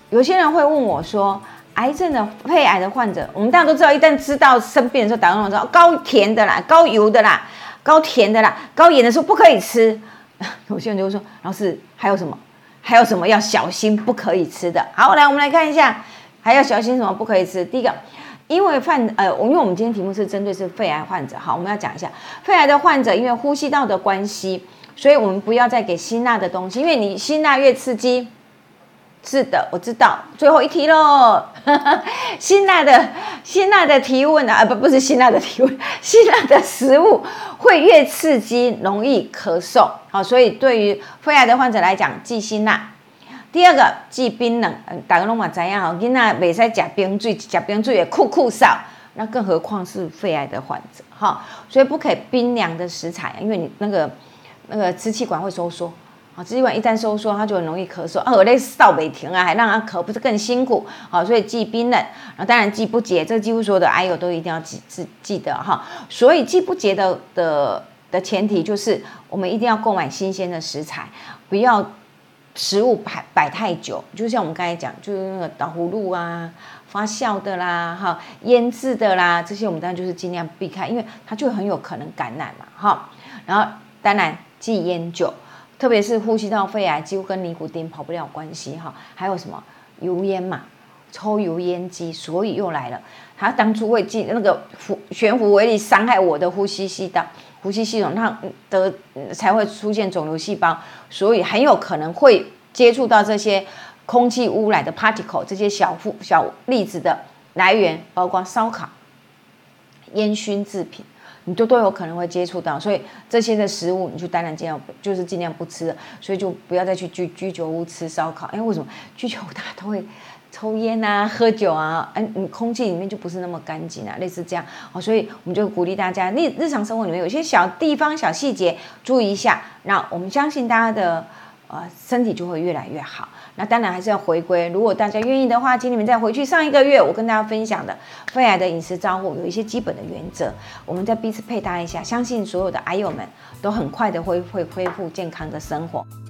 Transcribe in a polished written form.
有些人会问我说，癌症的肺癌的患者，我们大家都知道，一旦知道生病的时候，打电话说高甜的啦、高油的啦、高甜的啦、高盐的时候不可以吃。有些人就会说，老师还有什么？还有什么要小心不可以吃的？好，来我们来看一下，还要小心什么不可以吃？第一个，因为我们今天题目是针对是肺癌患者，好，我们要讲一下肺癌的患者，因为呼吸道的关系，所以我们不要再给辛辣的东西，因为你辛辣越刺激。是的，我知道。最后一题喽，辛辣的提问啊，不是辛辣的提问，辛辣的食物会越刺激，容易咳嗽。好，所以对于肺癌的患者来讲，忌辛辣。第二个，忌冰冷。大家都嘛知影吼，囡仔袂使吃冰水，吃冰水会酷扫。那更何况是肺癌的患者，哈，所以不可以冰凉的食材，因为你那个支气管会收缩。支气管一旦收缩，它就很容易咳嗽。我在扫不停啊，还让它咳，不是更辛苦？好，所以忌冰冷，然后当然忌不洁，这几乎所有的癌友都一定要记得哈。所以忌不洁的前提就是我们一定要购买新鲜的食材，不要食物摆太久。就像我们刚才讲，就是那个导葫芦啊、发酵的啦、哈、腌制的啦，这些我们当然就是尽量避开，因为它就很有可能感染嘛，哈。然后当然忌烟酒。特别是呼吸道肺癌，几乎跟尼古丁跑不了关系哈。还有什么油烟嘛，抽油烟机，所以又来了。他当初会进那个悬浮微粒伤害我的呼吸系统，它才会出现肿瘤细胞，所以很有可能会接触到这些空气污染的 particle， 这些小粒子的来源，包括烧烤、烟熏制品。你都有可能会接触到，所以这些的食物你就当然尽量不吃了，所以就不要再去居酒屋吃烧烤。为什么居酒屋大家都会抽烟啊、喝酒啊？你空气里面就不是那么干净啊，类似这样。所以我们就鼓励大家，日常生活里面有些小地方、小细节注意一下，那我们相信大家的身体就会越来越好。那当然还是要回归，如果大家愿意的话，请你们再回去上一个月我跟大家分享的肺癌的饮食照护有一些基本的原则，我们再彼此配搭一下，相信所有的癌友们都很快的会恢复健康的生活。